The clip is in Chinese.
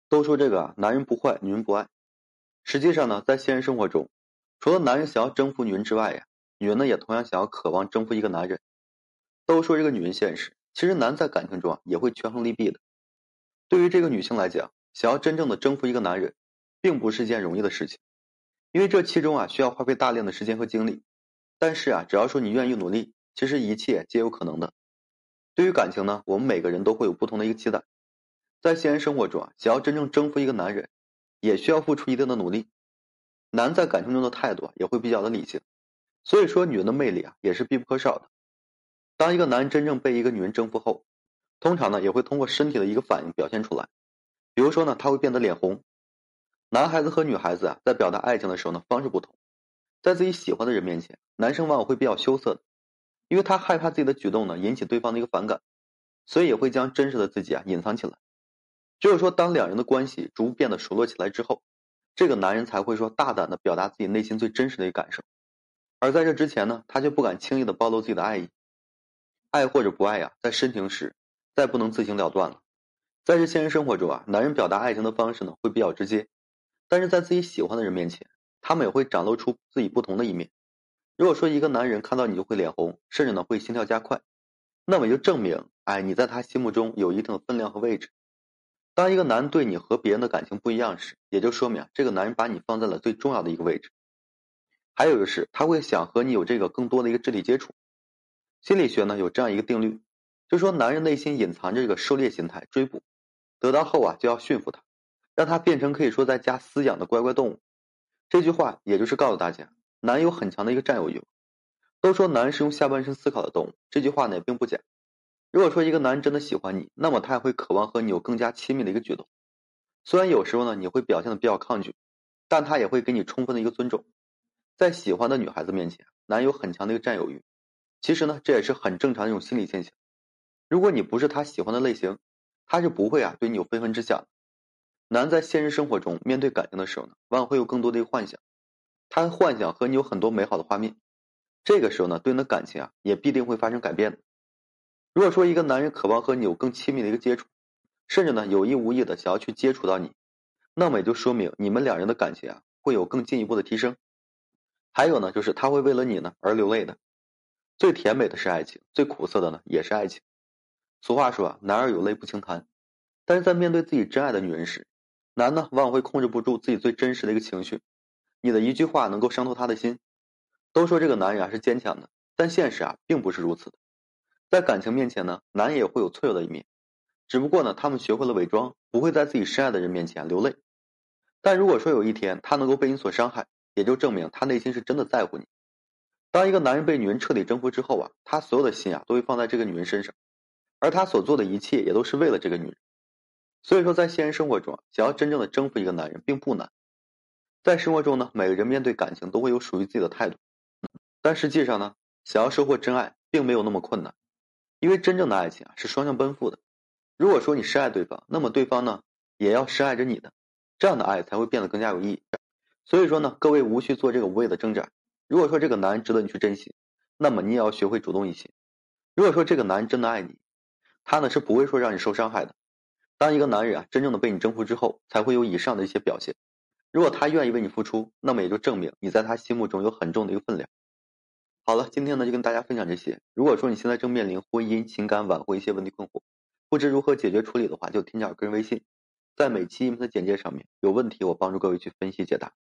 都说这个男人不坏，女人不爱。实际上呢，在现实生活中，除了男人想要征服女人之外呀，女人呢也同样想要渴望征服一个男人。都说这个女人现实，其实男在感情中也会权衡利弊的。对于这个女性来讲，想要真正的征服一个男人，并不是一件容易的事情，因为这其中需要花费大量的时间和精力。但是只要说你愿意努力，其实一切皆有可能的。对于感情呢，我们每个人都会有不同的一个期待。在现实生活中想要真正征服一个男人，也需要付出一定的努力。男在感情中的态度也会比较的理性，所以说女人的魅力也是必不可少的。当一个男人真正被一个女人征服后，通常呢也会通过身体的一个反应表现出来。比如说呢，他会变得脸红。男孩子和女孩子在表达爱情的时候呢方式不同。在自己喜欢的人面前，男生往往会比较羞涩的，因为他害怕自己的举动呢引起对方的一个反感，所以也会将真实的自己隐藏起来。只有说当两人的关系逐步变得熟络起来之后，这个男人才会说大胆的表达自己内心最真实的一个感受。而在这之前呢，他就不敢轻易的暴露自己的爱意。爱或者不爱在深情时再不能自行了断了。在这现实生活中男人表达爱情的方式呢会比较直接，但是在自己喜欢的人面前，他们也会展露出自己不同的一面。如果说一个男人看到你就会脸红，甚至呢会心跳加快，那么也就证明你在他心目中有一定的分量和位置。当一个男人对你和别人的感情不一样时，也就说明这个男人把你放在了最重要的一个位置。还有就是他会想和你有这个更多的一个肢体接触。心理学呢有这样一个定律，就是说男人内心隐藏着这个狩猎心态，追捕得到后就要驯服他，让他变成可以说在家饲养的乖乖动物。这句话也就是告诉大家，男人有很强的一个占有欲。都说男人是用下半身思考的动物，这句话呢也并不假。如果说一个男人真的喜欢你，那么他也会渴望和你有更加亲密的一个举动。虽然有时候呢你会表现的比较抗拒，但他也会给你充分的一个尊重。在喜欢的女孩子面前，男人有很强的一个占有欲。其实呢这也是很正常的一种心理现象。如果你不是他喜欢的类型，他是不会对你有非分之想的。男人在现实生活中面对感情的时候呢，往往会有更多的一个幻想。他幻想和你有很多美好的画面，这个时候呢对你的感情也必定会发生改变的。如果说一个男人渴望和你有更亲密的一个接触，甚至呢有意无意的想要去接触到你，那么也就说明你们两人的感情会有更进一步的提升。还有呢就是他会为了你呢而流泪的。最甜美的是爱情，最苦涩的呢也是爱情。俗话说男儿有泪不轻弹。但是在面对自己真爱的女人时，男呢往往会控制不住自己最真实的一个情绪。你的一句话能够伤透他的心。都说这个男人是坚强的，但现实并不是如此的。在感情面前呢，男人也会有脆弱的一面，只不过呢他们学会了伪装，不会在自己深爱的人面前流泪。但如果说有一天他能够被你所伤害，也就证明他内心是真的在乎你。当一个男人被女人彻底征服之后他所有的心都会放在这个女人身上，而他所做的一切也都是为了这个女人。所以说在现实生活中想要真正的征服一个男人并不难。在生活中呢，每个人面对感情都会有属于自己的态度，但实际上呢，想要收获真爱并没有那么困难。因为真正的爱情是双向奔赴的。如果说你深爱对方，那么对方呢也要深爱着你的，这样的爱才会变得更加有意义。所以说呢，各位无需做这个无谓的挣扎。如果说这个男人值得你去珍惜，那么你也要学会主动一些。如果说这个男人真的爱你，他呢是不会说让你受伤害的。当一个男人真正的被你征服之后，才会有以上的一些表现。如果他愿意为你付出，那么也就证明你在他心目中有很重的一个分量。好了，今天呢就跟大家分享这些。如果说你现在正面临婚姻、情感挽回一些问题困惑，不知如何解决处理的话，就添加我个人微信，在每期音频的简介上面有问题我帮助各位去分析解答。